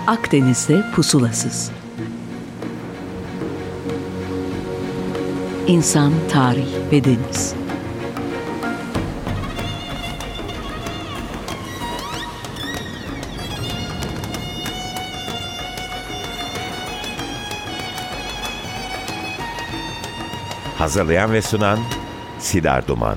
Akdeniz'de pusulasız. İnsan, tarih ve deniz. Hazırlayan ve sunan Sidar Duman.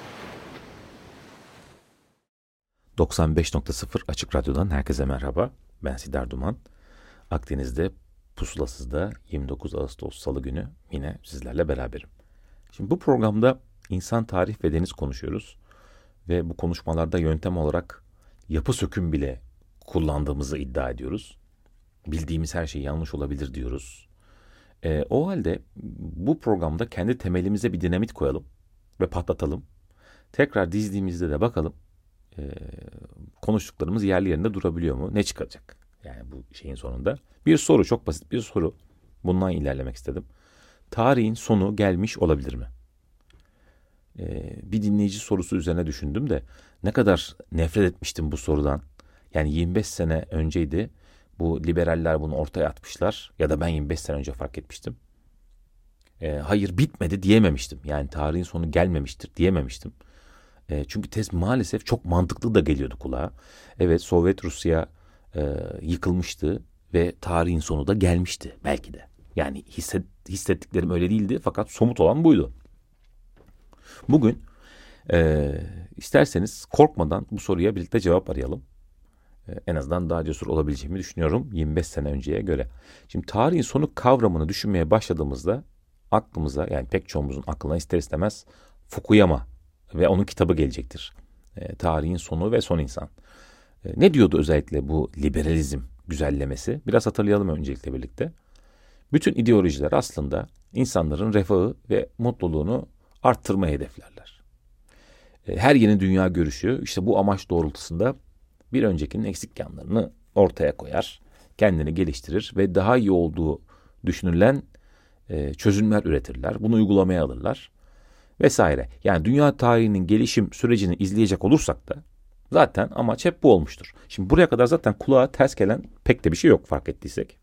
95.0 Açık Radyo'dan herkese merhaba. Ben Sidar Duman. Akdeniz'de Pusulasız'da 29 Ağustos Salı günü yine sizlerle beraberim. Şimdi bu programda insan, tarih ve deniz konuşuyoruz. Ve bu konuşmalarda yöntem olarak yapı söküm bile kullandığımızı iddia ediyoruz. Bildiğimiz her şey yanlış olabilir diyoruz. O halde bu programda kendi temelimize bir dinamit koyalım ve patlatalım. Tekrar dizdiğimizde de bakalım konuştuklarımız yerli yerinde durabiliyor mu? Ne çıkacak? Yani bu şeyin sonunda. Bir soru, çok basit bir soru. Bundan ilerlemek istedim. Tarihin sonu gelmiş olabilir mi? Bir dinleyici sorusu üzerine düşündüm de ne kadar nefret etmiştim bu sorudan. Yani 25 sene önceydi. Bu liberaller bunu ortaya atmışlar ya da ben 25 sene önce fark etmiştim. Hayır bitmedi diyememiştim. Yani tarihin sonu gelmemiştir diyememiştim. Çünkü tez maalesef çok mantıklı da geliyordu kulağa. Evet, Sovyet Rusya yıkılmıştı ve tarihin sonu da gelmişti belki de. Yani hissettiklerim öyle değildi fakat somut olan buydu. Bugün isterseniz korkmadan bu soruya birlikte cevap arayalım. En azından daha cesur olabileceğimi düşünüyorum 25 sene önceye göre. Şimdi tarihin sonu kavramını düşünmeye başladığımızda aklımıza, yani pek çoğumuzun aklına ister istemez Fukuyama ve onun kitabı gelecektir. Tarihin sonu ve son insan. Ne diyordu özellikle bu liberalizm güzellemesi? Biraz hatırlayalım öncelikle birlikte. Bütün ideolojiler aslında insanların refahı ve mutluluğunu arttırmayı hedeflerler. Her yeni dünya görüşü işte bu amaç doğrultusunda bir öncekinin eksik yanlarını ortaya koyar, kendini geliştirir ve daha iyi olduğu düşünülen çözümler üretirler. Bunu uygulamaya alırlar vesaire. Yani dünya tarihinin gelişim sürecini izleyecek olursak da zaten amaç hep bu olmuştur. Şimdi buraya kadar zaten kulağa ters gelen pek de bir şey yok fark ettiysek.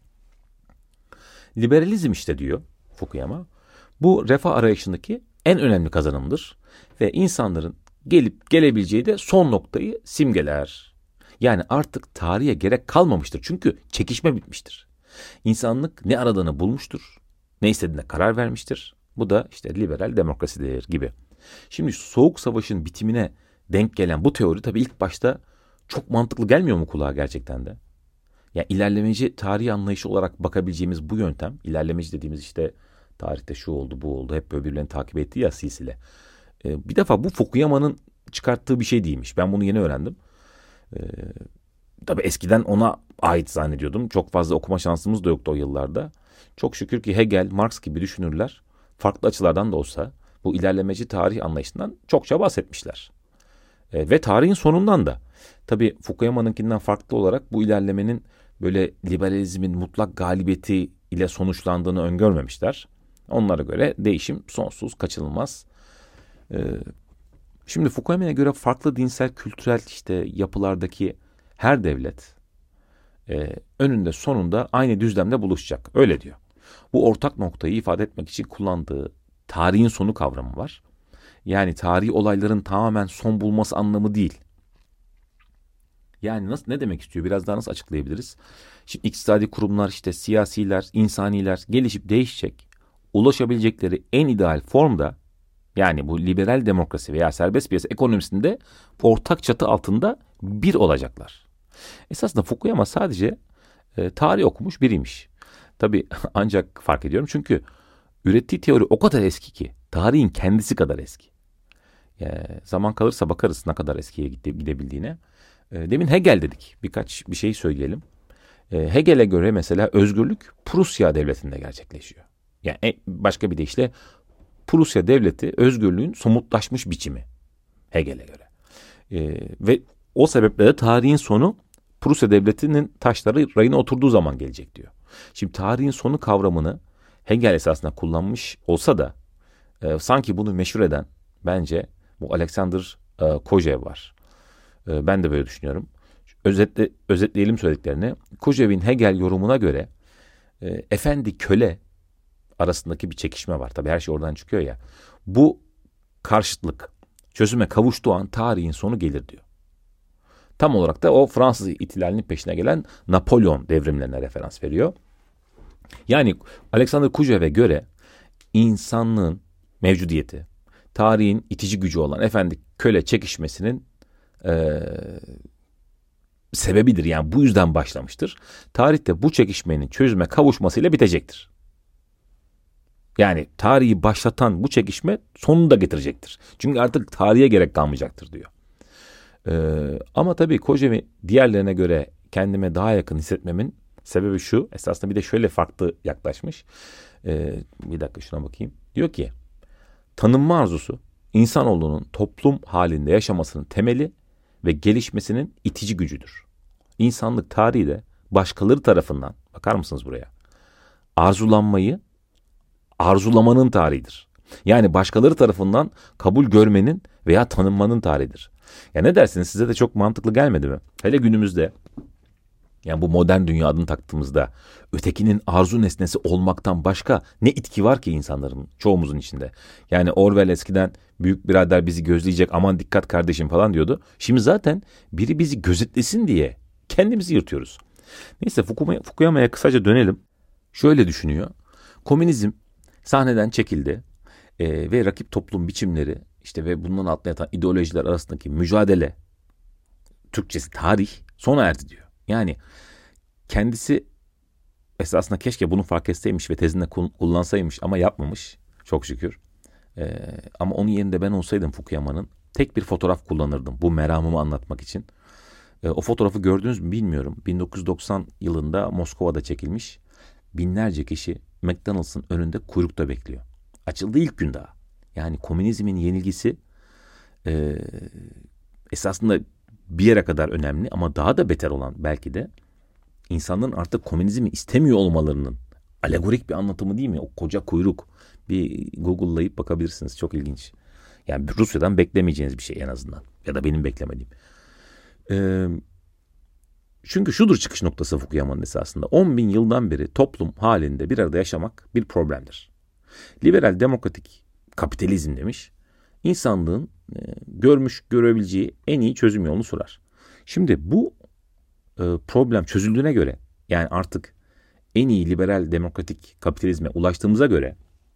Liberalizm işte diyor Fukuyama, bu refah arayışındaki en önemli kazanımdır ve insanların gelip gelebileceği de son noktayı simgeler. Yani artık tarihe gerek kalmamıştır çünkü çekişme bitmiştir. İnsanlık ne aradığını bulmuştur, ne istediğine karar vermiştir. Bu da işte liberal demokrasidir gibi. Şimdi Soğuk Savaş'ın bitimine denk gelen bu teori tabii ilk başta çok mantıklı gelmiyor mu kulağa gerçekten de? Yani ilerlemeci tarih anlayışı olarak bakabileceğimiz bu yöntem, ilerlemeci dediğimiz işte tarihte şu oldu bu oldu hep böyle birbirlerini takip ettiği ya silsile. Bir defa bu Fukuyama'nın çıkarttığı bir şey değilmiş. Ben bunu yeni öğrendim. Tabii eskiden ona ait zannediyordum. Çok fazla okuma şansımız da yoktu o yıllarda. Çok şükür ki Hegel, Marx gibi düşünürler farklı açılardan da olsa bu ilerlemeci tarih anlayışından çokça bahsetmişler. Ve tarihin sonundan da. Tabii Fukuyama'nınkinden farklı olarak bu ilerlemenin böyle liberalizmin mutlak galibiyeti ile sonuçlandığını öngörmemişler. Onlara göre değişim sonsuz, kaçınılmaz. Şimdi Fukuyama'ya göre farklı dinsel, kültürel işte yapılardaki her devlet önünde sonunda aynı düzlemde buluşacak. Öyle diyor. Bu ortak noktayı ifade etmek için kullandığı tarihin sonu kavramı var. Yani tarihi olayların tamamen son bulması anlamı değil. Yani ne demek istiyor? Biraz daha nasıl açıklayabiliriz? Şimdi iktisadi kurumlar, işte siyasiler, insaniler gelişip değişecek. Ulaşabilecekleri en ideal formda, yani bu liberal demokrasi veya serbest piyasa ekonomisinde ortak çatı altında bir olacaklar. Esasında Fukuyama sadece tarih okumuş biriymiş. Tabii ancak fark ediyorum çünkü ürettiği teori o kadar eski ki tarihin kendisi kadar eski. Zaman kalırsa bakarız ne kadar eskiye gidebildiğine. Demin Hegel dedik. Bir şey söyleyelim. Hegel'e göre mesela özgürlük Prusya devletinde gerçekleşiyor. Yani başka bir deyişle Prusya devleti özgürlüğün somutlaşmış biçimi Hegel'e göre. Ve o sebeple de tarihin sonu Prusya devletinin taşları rayına oturduğu zaman gelecek diyor. Şimdi tarihin sonu kavramını Hegel esasında kullanmış olsa da sanki bunu meşhur eden bence bu Alexander Kojev var. Ben de böyle düşünüyorum. özetleyelim söylediklerini. Kujev'in Hegel yorumuna göre efendi köle arasındaki bir çekişme var. Tabii her şey oradan çıkıyor ya. Bu karşıtlık çözüme kavuştuğu an tarihin sonu gelir diyor. Tam olarak da o Fransız ihtilalinin peşine gelen Napolyon devrimlerine referans veriyor. Yani Alexander Kujev'e göre insanlığın mevcudiyeti, tarihin itici gücü olan efendi köle çekişmesinin sebebidir. Yani bu yüzden başlamıştır. Tarihte bu çekişmenin çözüme kavuşmasıyla bitecektir. Yani tarihi başlatan bu çekişme sonunu da getirecektir. Çünkü artık tarihe gerek kalmayacaktır diyor. Ama tabii Kojev'i diğerlerine göre kendime daha yakın hissetmemin sebebi şu. Esasında bir de şöyle farklı yaklaşmış. Bir dakika şuna bakayım. Diyor ki tanınma arzusu insanoğlunun toplum halinde yaşamasının temeli ve gelişmesinin itici gücüdür. İnsanlık tarihi de başkaları tarafından, bakar mısınız buraya, arzulanmayı arzulamanın tarihidir. Yani başkaları tarafından kabul görmenin veya tanınmanın tarihidir. Ya ne dersiniz, size de çok mantıklı gelmedi mi? Hele günümüzde, yani bu modern dünya adını taktığımızda ötekinin arzu nesnesi olmaktan başka ne itki var ki insanların, çoğumuzun içinde? Yani Orwell eskiden büyük birader bizi gözleyecek, aman dikkat kardeşim falan diyordu. Şimdi zaten biri bizi gözetlesin diye kendimizi yırtıyoruz. Neyse Fukuyama'ya kısaca dönelim. Şöyle düşünüyor. Komünizm sahneden çekildi ve rakip toplum biçimleri işte ve bundan altına yatan ideolojiler arasındaki mücadele, Türkçesi tarih, sona erdi diyor. Yani kendisi esasında keşke bunu fark etseymiş ve tezinde kullansaymış ama yapmamış çok şükür. Ama onun yerinde ben olsaydım Fukuyama'nın tek bir fotoğraf kullanırdım bu meramımı anlatmak için. O fotoğrafı gördünüz mü bilmiyorum. 1990 yılında Moskova'da çekilmiş. Binlerce kişi McDonald's'ın önünde kuyrukta bekliyor. Açıldığı ilk gün daha. Yani komünizmin yenilgisi esasında bir yere kadar önemli ama daha da beter olan belki de insanların artık komünizmi istemiyor olmalarının alegorik bir anlatımı değil mi? O koca kuyruk. Bir Google'layıp bakabilirsiniz. Çok ilginç. Yani Rusya'dan beklemeyeceğiniz bir şey en azından. Ya da benim beklemediğim. Çünkü şudur çıkış noktası Fukuyama'nın esasında. 10 bin yıldan beri toplum halinde bir arada yaşamak bir problemdir. Liberal demokratik kapitalizm demiş, insanlığın görebileceği en iyi çözüm yolunu sunar. Şimdi bu problem çözüldüğüne göre, yani artık en iyi liberal demokratik kapitalizme ulaştığımıza göre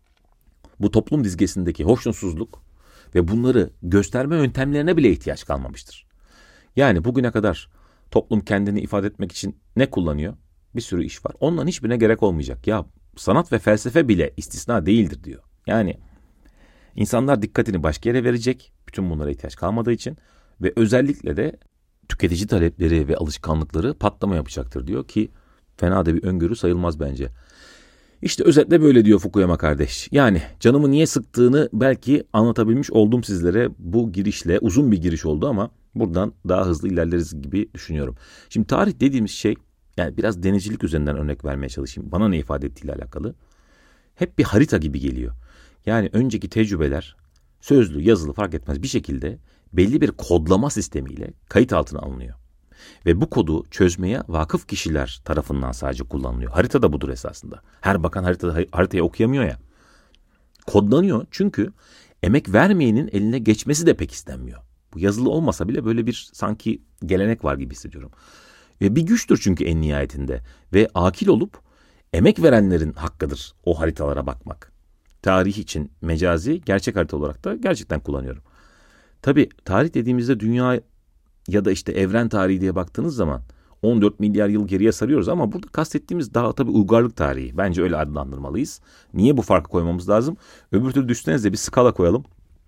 bu toplum dizgesindeki hoşnutsuzluk ve bunları gösterme yöntemlerine bile ihtiyaç kalmamıştır. Yani bugüne kadar toplum kendini ifade etmek için ne kullanıyor? Bir sürü iş var. Onların hiçbirine gerek olmayacak. Ya sanat ve felsefe bile istisna değildir diyor. Yani insanlar dikkatini başka yere verecek. Bütün bunlara ihtiyaç kalmadığı için ve özellikle de tüketici talepleri ve alışkanlıkları patlama yapacaktır diyor ki fena da bir öngörü sayılmaz bence. İşte özetle böyle diyor Fukuyama kardeş. Yani canımı niye sıktığını belki anlatabilmiş oldum sizlere bu girişle. Uzun bir giriş oldu ama buradan daha hızlı ilerleriz gibi düşünüyorum. Şimdi tarih dediğimiz şey, yani biraz denizcilik üzerinden örnek vermeye çalışayım. Bana ne ifade ettiğiyle alakalı. Hep bir harita gibi geliyor. Yani önceki tecrübeler sözlü, yazılı fark etmez bir şekilde belli bir kodlama sistemiyle kayıt altına alınıyor. Ve bu kodu çözmeye vakıf kişiler tarafından sadece kullanılıyor. Harita da budur esasında. Her bakan haritayı okuyamıyor ya. Kodlanıyor çünkü emek vermeyenin eline geçmesi de pek istenmiyor. Bu yazılı olmasa bile böyle bir sanki gelenek var gibi hissediyorum. Bir güçtür çünkü en nihayetinde. Ve akil olup emek verenlerin hakkıdır o haritalara bakmak. Tarih için mecazi, gerçek harita olarak da gerçekten kullanıyorum. Tabii tarih dediğimizde dünya ya da işte evren tarihi diye baktığınız zaman 14 milyar yıl geriye sarıyoruz ama burada kastettiğimiz daha tabii uygarlık tarihi. Bence öyle adlandırmalıyız. Niye bu farkı koymamız lazım? Öbür türlü düşünsenize bir skala koyalım.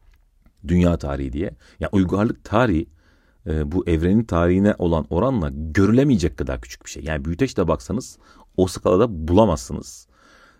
Dünya tarihi diye. Yani uygarlık tarihi bu evrenin tarihine olan oranla görülemeyecek kadar küçük bir şey. Yani büyüteçle baksanız o skalada bulamazsınız.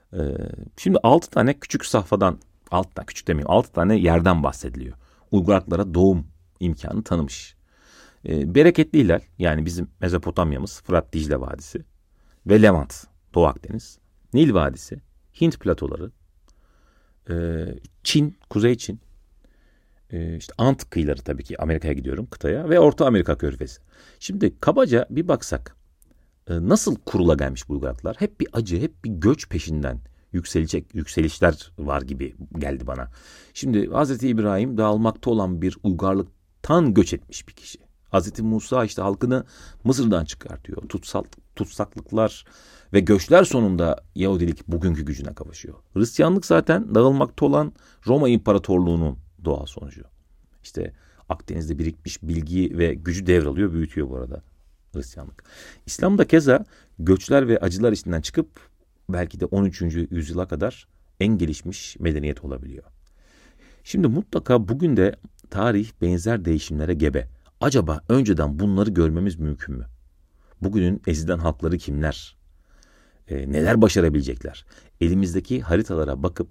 Şimdi 6 tane küçük safhadan, 6 tane küçük demeyeyim, 6 tane yerden bahsediliyor. Uygarlıklara doğum imkanı tanımış. Bereketli hilal, yani bizim Mezopotamya'mız, Fırat Dicle Vadisi ve Levant, Doğu Akdeniz, Nil Vadisi, Hint platoları, Çin, Kuzey Çin, İşte Ant kıyıları tabii ki Amerika'ya gidiyorum kıtaya ve Orta Amerika Körfezi. Şimdi kabaca bir baksak nasıl kurula gelmiş bu uygarlıklar? Hep bir acı, hep bir göç peşinden yükselişler var gibi geldi bana. Şimdi Hazreti İbrahim dağılmakta olan bir uygarlıktan göç etmiş bir kişi. Hazreti Musa işte halkını Mısır'dan çıkartıyor. Tutsaklıklar ve göçler sonunda Yahudilik bugünkü gücüne kavuşuyor. Hristiyanlık zaten dağılmakta olan Roma İmparatorluğu'nun doğal sonucu. İşte Akdeniz'de birikmiş bilgi ve gücü devralıyor, büyütüyor bu arada Hristiyanlık. İslam'da keza göçler ve acılar içinden çıkıp belki de 13. yüzyıla kadar en gelişmiş medeniyet olabiliyor. Şimdi mutlaka bugün de tarih benzer değişimlere gebe. Acaba önceden bunları görmemiz mümkün mü? Bugünün ezilen halkları kimler? Neler başarabilecekler? Elimizdeki haritalara bakıp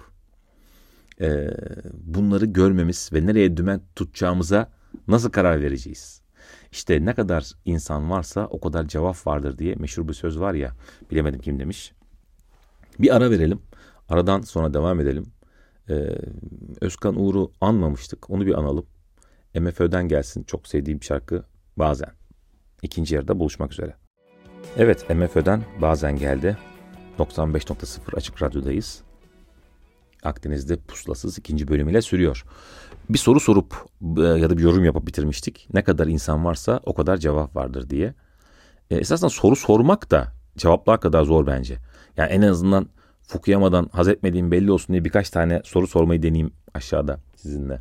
bunları görmemiz ve nereye dümen tutacağımıza nasıl karar vereceğiz? İşte ne kadar insan varsa o kadar cevap vardır diye meşhur bir söz var ya, bilemedim kim demiş. Bir ara verelim. Aradan sonra devam edelim. Özkan Uğur'u anmamıştık. Onu bir analım. MFÖ'den gelsin. Çok sevdiğim bir şarkı Bazen. İkinci yarıda buluşmak üzere. Evet, MFÖ'den Bazen geldi. 95.0 Açık Radyo'dayız. Akdeniz'de Pusulasız ikinci bölümüyle sürüyor. Bir soru sorup ya da bir yorum yapıp bitirmiştik. Ne kadar insan varsa o kadar cevap vardır diye. Esasında soru sormak da cevaplar kadar zor bence. Yani en azından Fukuyama'dan haz etmediğim belli olsun diye birkaç tane soru sormayı deneyeyim aşağıda sizinle.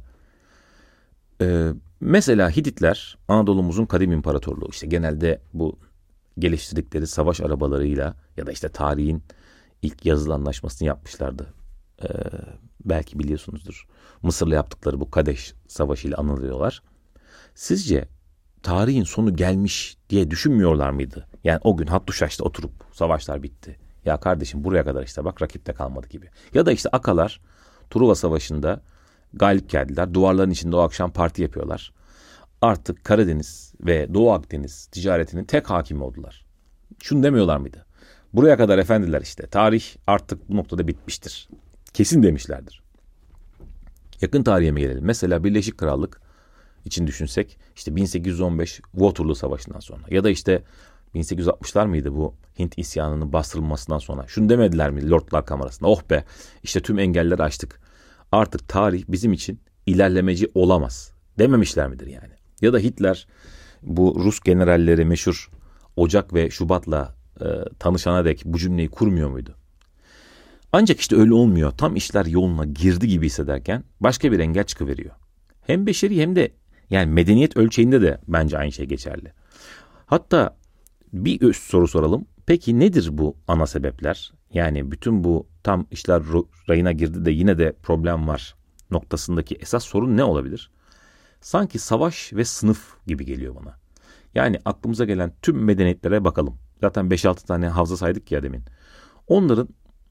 Mesela Hititler Anadolu'muzun kadim imparatorluğu. İşte genelde bu geliştirdikleri savaş arabalarıyla ya da işte tarihin ilk yazılı anlaşmasını yapmışlardı. Belki biliyorsunuzdur. Mısır'la yaptıkları bu Kadeş Savaşı ile anılıyorlar. Sizce tarihin sonu gelmiş diye düşünmüyorlar mıydı? Yani o gün Hattuşaş'ta oturup savaşlar bitti. Ya kardeşim buraya kadar işte bak rakip de kalmadı gibi. Ya da işte Akalar Truva Savaşı'nda galip geldiler. Duvarların içinde o akşam parti yapıyorlar. Artık Karadeniz ve Doğu Akdeniz ticaretinin tek hakimi oldular. Şunu demiyorlar mıydı? Buraya kadar efendiler işte tarih artık bu noktada bitmiştir. Kesin demişlerdir. Yakın tarihe mi gelelim? Mesela Birleşik Krallık için düşünsek işte 1815 Waterloo Savaşı'ndan sonra ya da işte 1860'lar mıydı bu Hint isyanının bastırılmasından sonra? Şunu demediler mi Lordlar Kamerası'nda? Oh be işte tüm engelleri aştık. Artık tarih bizim için ilerlemeci olamaz. Dememişler midir yani? Ya da Hitler bu Rus generalleri meşhur Ocak ve Şubat'la tanışana dek bu cümleyi kurmuyor muydu? Ancak işte öyle olmuyor. Tam işler yoluna girdi gibi hissederken başka bir engel çıkıveriyor. Hem beşeri hem de yani medeniyet ölçeğinde de bence aynı şey geçerli. Hatta bir üst soru soralım. Peki nedir bu ana sebepler? Yani bütün bu tam işler rayına girdi de yine de problem var noktasındaki esas sorun ne olabilir? Sanki savaş ve sınıf gibi geliyor bana. Yani aklımıza gelen tüm medeniyetlere bakalım. Zaten 5-6 tane havza saydık ya demin. Onların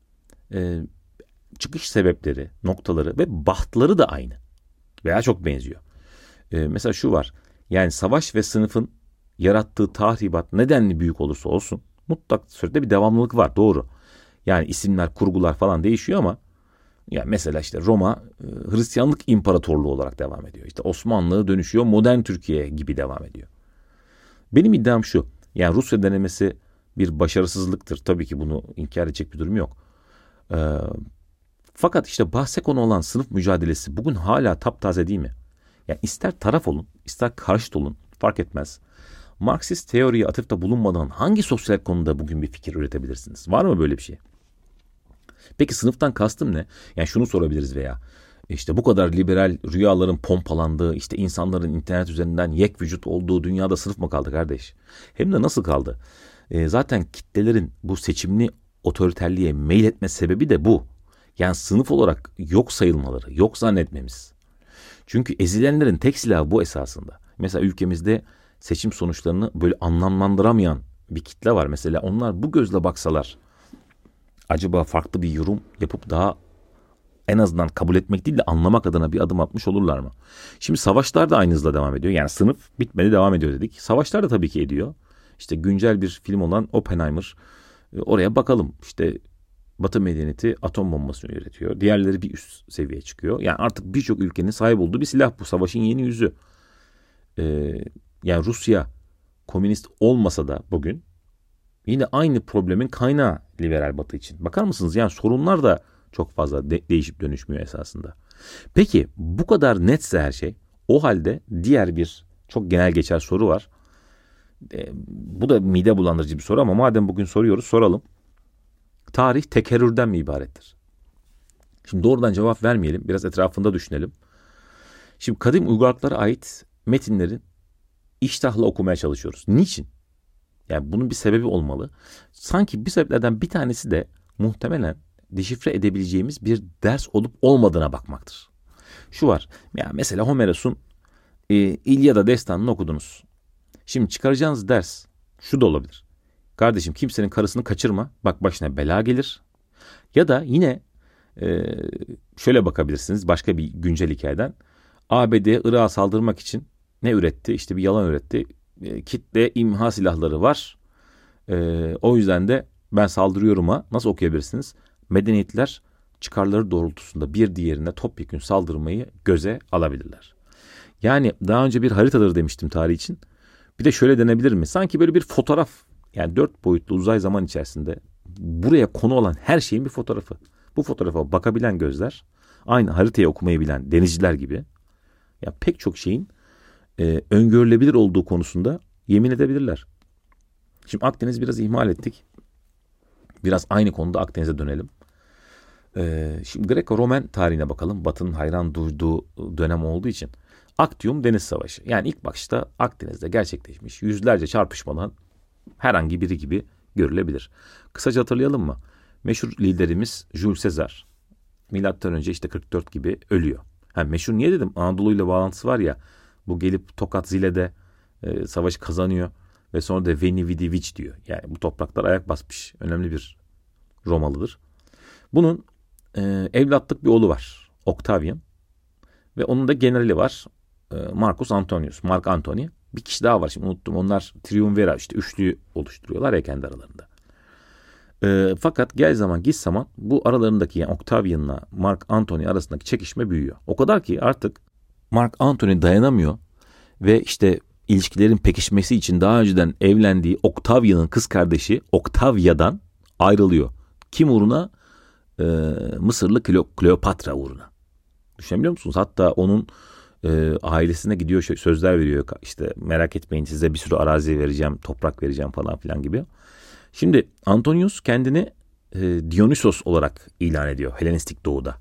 çıkış sebepleri, noktaları ve bahtları da aynı. Veya çok benziyor. Mesela şu var. Yani savaş ve sınıfın yarattığı tahribat nedenli büyük olursa olsun mutlak surette bir devamlılık var. Doğru. Yani isimler, kurgular falan değişiyor ama yani mesela işte Roma Hristiyanlık imparatorluğu olarak devam ediyor. İşte Osmanlı dönüşüyor, modern Türkiye gibi devam ediyor. Benim iddiam şu. Yani Rusya denemesi bir başarısızlıktır. Tabii ki bunu inkar edecek bir durum yok. Fakat işte bahse konu olan sınıf mücadelesi bugün hala taptaze değil mi? Yani ister taraf olun, ister karşıt olun fark etmez. Marksist teoriye atıfta bulunmadan hangi sosyal konuda bugün bir fikir üretebilirsiniz? Var mı böyle bir şey? Peki sınıftan kastım ne? Yani şunu sorabiliriz veya işte bu kadar liberal rüyaların pompalandığı, işte insanların internet üzerinden yek vücut olduğu dünyada sınıf mı kaldı kardeş? Hem de nasıl kaldı? Zaten kitlelerin bu seçimli otoriterliğe meyletme sebebi de bu. Yani sınıf olarak yok sayılmaları, yok zannetmemiz. Çünkü ezilenlerin tek silahı bu esasında. Mesela ülkemizde seçim sonuçlarını böyle anlamlandıramayan bir kitle var. Mesela onlar bu gözle baksalar acaba farklı bir yorum yapıp daha en azından kabul etmek değil de anlamak adına bir adım atmış olurlar mı? Şimdi savaşlar da aynı hızla devam ediyor. Yani sınıf bitmedi devam ediyor dedik. Savaşlar da tabii ki ediyor. İşte güncel bir film olan Oppenheimer. Oraya bakalım. İşte Batı medeniyeti atom bombasını üretiyor. Diğerleri bir üst seviyeye çıkıyor. Yani artık birçok ülkenin sahip olduğu bir silah bu. Savaşın yeni yüzü. Yani Rusya komünist olmasa da bugün yine aynı problemin kaynağı liberal Batı için. Bakar mısınız? Yani sorunlar da çok fazla değişip dönüşmüyor esasında. Peki bu kadar netse her şey, o halde diğer bir çok genel geçer soru var. Bu da mide bulandırıcı bir soru ama madem bugün soruyoruz, soralım. Tarih tekerrürden mi ibarettir? Şimdi doğrudan cevap vermeyelim. Biraz etrafında düşünelim. Şimdi kadim uygarlıklara ait metinlerin iştahla okumaya çalışıyoruz. Niçin? Yani bunun bir sebebi olmalı. Sanki bir sebeplerden bir tanesi de muhtemelen deşifre edebileceğimiz bir ders olup olmadığına bakmaktır. Şu var. Ya mesela Homeros'un İlyada destanını okudunuz. Şimdi çıkaracağınız ders şu da olabilir. Kardeşim kimsenin karısını kaçırma. Bak başına bela gelir. Ya da yine şöyle bakabilirsiniz başka bir güncel hikayeden. ABD Irak'a saldırmak için ne üretti? İşte bir yalan üretti. Kitle imha silahları var. O yüzden de ben saldırıyorum'a nasıl okuyabilirsiniz? Medeniyetler çıkarları doğrultusunda bir diğerine topyekün saldırmayı göze alabilirler. Yani daha önce bir haritadır demiştim tarih için. Bir de şöyle denebilir mi? Sanki böyle bir fotoğraf, yani 4 boyutlu uzay zaman içerisinde buraya konu olan her şeyin bir fotoğrafı. Bu fotoğrafa bakabilen gözler, aynı haritayı okumayı bilen denizciler gibi ya pek çok şeyin öngörülebilir olduğu konusunda yemin edebilirler. Şimdi Akdeniz biraz ihmal ettik. Biraz aynı konuda Akdeniz'e dönelim. Şimdi Greco-Romen tarihine bakalım. Batı'nın hayran duyduğu dönem olduğu için. Actium Deniz Savaşı. Yani ilk başta Akdeniz'de gerçekleşmiş yüzlerce çarpışmadan herhangi biri gibi görülebilir. Kısaca hatırlayalım mı? Meşhur liderimiz Jules Caesar. Milattan önce işte 44 gibi ölüyor. Meşhur niye dedim? Anadolu ile bağlantısı var ya. Bu gelip Tokat Zile'de savaşı kazanıyor. Ve sonra da Veni Vidi Vici diyor. Yani bu topraklar ayak basmış. Önemli bir Romalıdır. Bunun evlatlık bir oğlu var. Octavian. Ve onun da generali var. Marcus Antonius. Mark Antony. Bir kişi daha var. Şimdi unuttum. Onlar triumvira işte üçlüyü oluşturuyorlar ya kendi aralarında. Fakat gel zaman git zaman bu aralarındaki yani Octavian'la Mark Antony arasındaki çekişme büyüyor. O kadar ki artık Mark Antony dayanamıyor ve işte ilişkilerin pekişmesi için daha önceden evlendiği Octavian'ın kız kardeşi Octavia'dan ayrılıyor. Kim uğruna? Mısırlı Kleopatra uğruna. Düşünebiliyor musunuz? Hatta onun ailesine gidiyor sözler veriyor. İşte merak etmeyin size bir sürü arazi vereceğim, toprak vereceğim falan filan gibi. Şimdi Antonius kendini Dionysos olarak ilan ediyor Helenistik Doğu'da.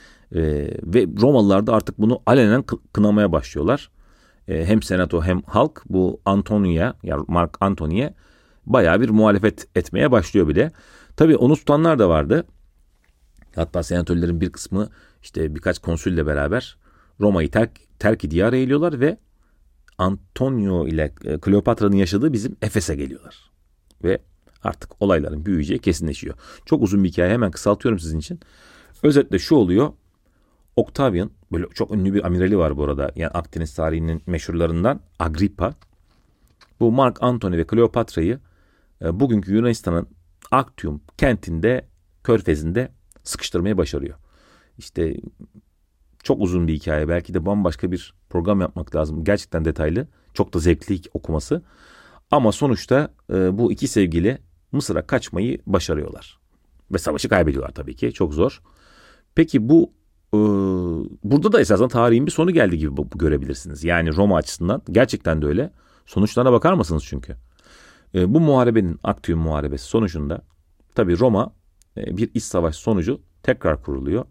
Ve Romalılar da artık bunu alenen kınamaya başlıyorlar. Hem senato hem halk bu Antony'ye yani Mark Antony'ye bayağı bir muhalefet etmeye başlıyor bile. Tabii onu tutanlar da vardı. Hatta senatörlerin bir kısmı işte birkaç konsülle beraber Roma'yı terk diyar eğiliyorlar ve Antonio ile Kleopatra'nın yaşadığı bizim Efes'e geliyorlar. Ve artık olayların büyüyeceği kesinleşiyor. Çok uzun bir hikaye, hemen kısaltıyorum sizin için. Özetle şu oluyor. Octavian, böyle çok ünlü bir amirali var bu arada. Yani Akdeniz tarihinin meşhurlarından Agrippa. Bu Mark Antony ve Kleopatra'yı bugünkü Yunanistan'ın Actium kentinde, körfezinde sıkıştırmaya başarıyor. İşte çok uzun bir hikaye. Belki de bambaşka bir program yapmak lazım. Gerçekten detaylı. Çok da zevkli okuması. Ama sonuçta bu iki sevgili Mısır'a kaçmayı başarıyorlar. Ve savaşı kaybediyorlar tabii ki. Çok zor. Peki bu burada da esasen tarihin bir sonu geldi gibi görebilirsiniz. Yani Roma açısından gerçekten de öyle. Sonuçlarına bakar mısınız çünkü? Bu muharebenin, Actium muharebesi sonucunda tabii Roma bir iç savaş sonucu tekrar kuruluyor.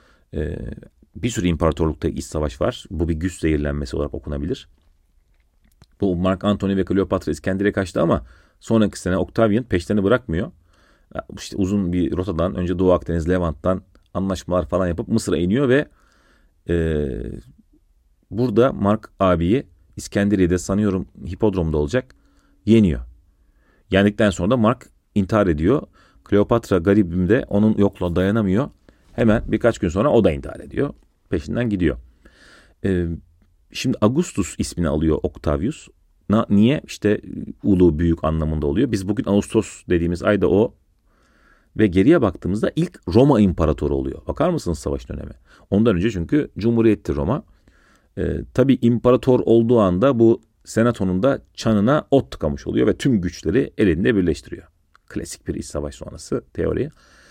Bir sürü imparatorlukta iç savaş var. Bu bir güç zehirlenmesi olarak okunabilir. Bu Mark Antony ve Kleopatra İskenderiye kaçtı ama sonraki sene Octavian peşlerini bırakmıyor. İşte uzun bir rotadan önce Doğu Akdeniz, Levant'tan anlaşmalar falan yapıp Mısır'a iniyor ve burada Mark abiyi İskenderiye'de sanıyorum hipodromda olacak yeniyor. Yendikten sonra da Mark intihar ediyor. Kleopatra garibim de onun yokluğuna dayanamıyor. Hemen birkaç gün sonra o da intihar ediyor. Peşinden gidiyor. Şimdi Augustus ismini alıyor Octavius. Niye? İşte ulu büyük anlamında oluyor. Biz bugün Ağustos dediğimiz ayda o Ve geriye baktığımızda ilk Roma İmparatoru oluyor. Bakar mısınız savaş dönemi? Ondan önce çünkü Cumhuriyet'ti Roma. Tabii imparator olduğu anda bu senatonun da çanına ot tıkamış oluyor ve tüm güçleri elinde birleştiriyor. Klasik bir iç savaş sonrası teori.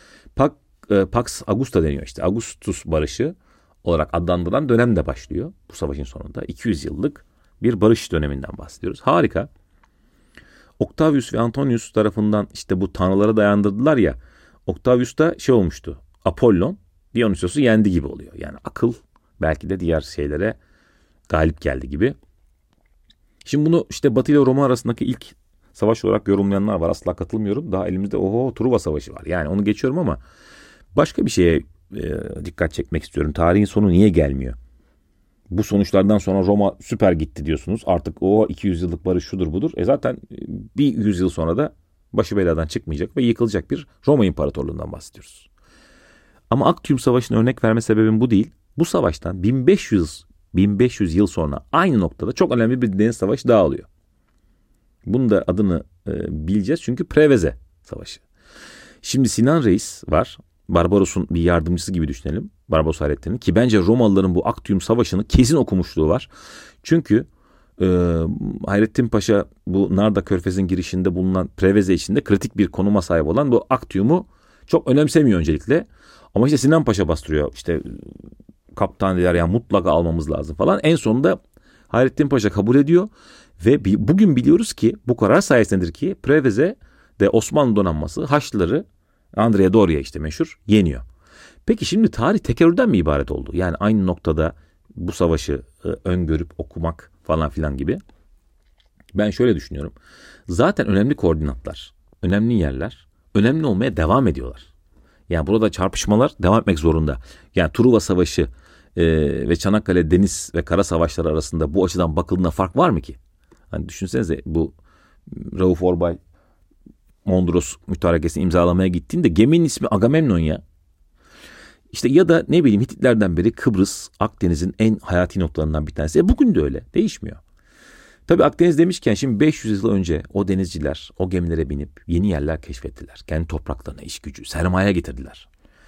Pax Augusta deniyor işte. Augustus barışı olarak adlandırılan dönem de başlıyor bu savaşın sonunda. 200 yıllık bir barış döneminden bahsediyoruz. Harika. Octavius ve Antonius tarafından işte bu tanrılara dayandırdılar ya. Octavius da olmuştu. Apollon Dionysos'u yendi gibi oluyor. Yani akıl belki de diğer şeylere galip geldi gibi. Şimdi bunu işte Batı ile Roma arasındaki ilk savaş olarak yorumlayanlar var. Asla katılmıyorum. Daha elimizde Truva Savaşı var. Yani onu geçiyorum ama başka bir şeye dikkat çekmek istiyorum. Tarihin sonu niye gelmiyor? Bu sonuçlardan sonra Roma süper gitti diyorsunuz. Artık 200 yıllık barış şudur budur. Zaten bir 100 yıl sonra da başı beladan çıkmayacak ve yıkılacak bir Roma İmparatorluğundan bahsediyoruz. Ama Actium Savaşı'na örnek verme sebebim bu değil. Bu savaştan 1500 yıl sonra aynı noktada çok önemli bir deniz savaşı daha oluyor. Bunun da adını bileceğiz çünkü Preveze Savaşı. Şimdi Sinan Reis var. Barbaros'un bir yardımcısı gibi düşünelim. Barbaros Hayrettin'in ki bence Romalıların bu Actium Savaşı'nı kesin okumuşluğu var. Çünkü Hayrettin Paşa bu Narda Körfezi'nin girişinde bulunan Preveze içinde kritik bir konuma sahip olan bu Actium'u çok önemsemiyor öncelikle. Ama işte Sinan Paşa bastırıyor. İşte kaptan der ya mutlaka almamız lazım falan. En sonunda Hayrettin Paşa kabul ediyor ve bugün biliyoruz ki bu karar sayesindedir ki Preveze'de Osmanlı donanması Haçlıları Andrea Doria işte meşhur yeniyor. Peki şimdi tarih tekerrürden mi ibaret oldu? Yani aynı noktada bu savaşı öngörüp okumak falan filan gibi. Ben şöyle düşünüyorum. Zaten önemli koordinatlar, önemli yerler önemli olmaya devam ediyorlar. Yani burada çarpışmalar devam etmek zorunda. Yani Truva Savaşı ve Çanakkale deniz ve kara savaşları arasında bu açıdan bakıldığında fark var mı ki? Hani düşünsenize bu Rauf Orbay Mondros mütarekesini imzalamaya gittiğinde geminin ismi Agamemnon ya. İşte ya da ne bileyim Hititlerden beri Kıbrıs Akdeniz'in en hayati noktalarından bir tanesi. Bugün de öyle. Değişmiyor. Tabii Akdeniz demişken şimdi 500 yıl önce o denizciler o gemilere binip yeni yerler keşfettiler. Kendi topraklarına iş gücü, sermaye getirdiler.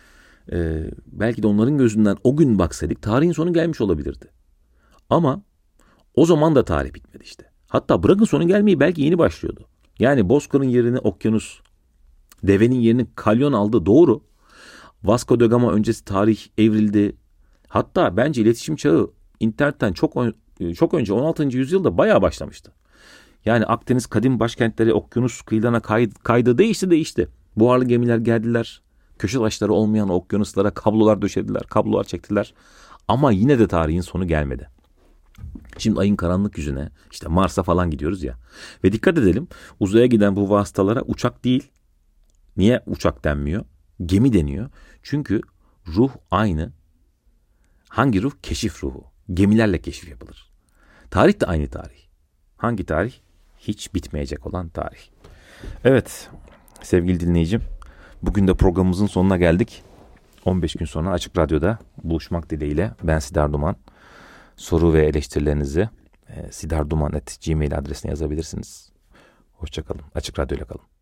Belki de onların gözünden o gün baksaydık tarihin sonu gelmiş olabilirdi. Ama o zaman da tarih bitmedi işte. Hatta bırakın sonu gelmeyi belki yeni başlıyordu. Yani Bozkır'ın yerini okyanus, devenin yerini kalyon aldı doğru. Vasco da Gama öncesi tarih evrildi. Hatta bence iletişim çağı internetten çok önce 16. yüzyılda bayağı başlamıştı. Yani Akdeniz kadim başkentleri okyanus kıyılarına kaydı değişti. Buharlı gemiler geldiler. Köşe taşları olmayan okyanuslara kablolar döşediler, kablolar çektiler. Ama yine de tarihin sonu gelmedi. Şimdi ayın karanlık yüzüne işte Mars'a falan gidiyoruz ya. Ve dikkat edelim uzaya giden bu vasıtalara uçak değil. Niye uçak denmiyor? Gemi deniyor. Çünkü ruh aynı. Hangi ruh? Keşif ruhu. Gemilerle keşif yapılır. Tarih de aynı tarih. Hangi tarih? Hiç bitmeyecek olan tarih. Evet sevgili dinleyicim. Bugün de programımızın sonuna geldik. 15 gün sonra Açık Radyo'da buluşmak dileğiyle ben Sidar Duman. Soru ve eleştirilerinizi sidarduman@gmail adresine yazabilirsiniz. Hoşça kalın. Açık Radyo'yla kalın.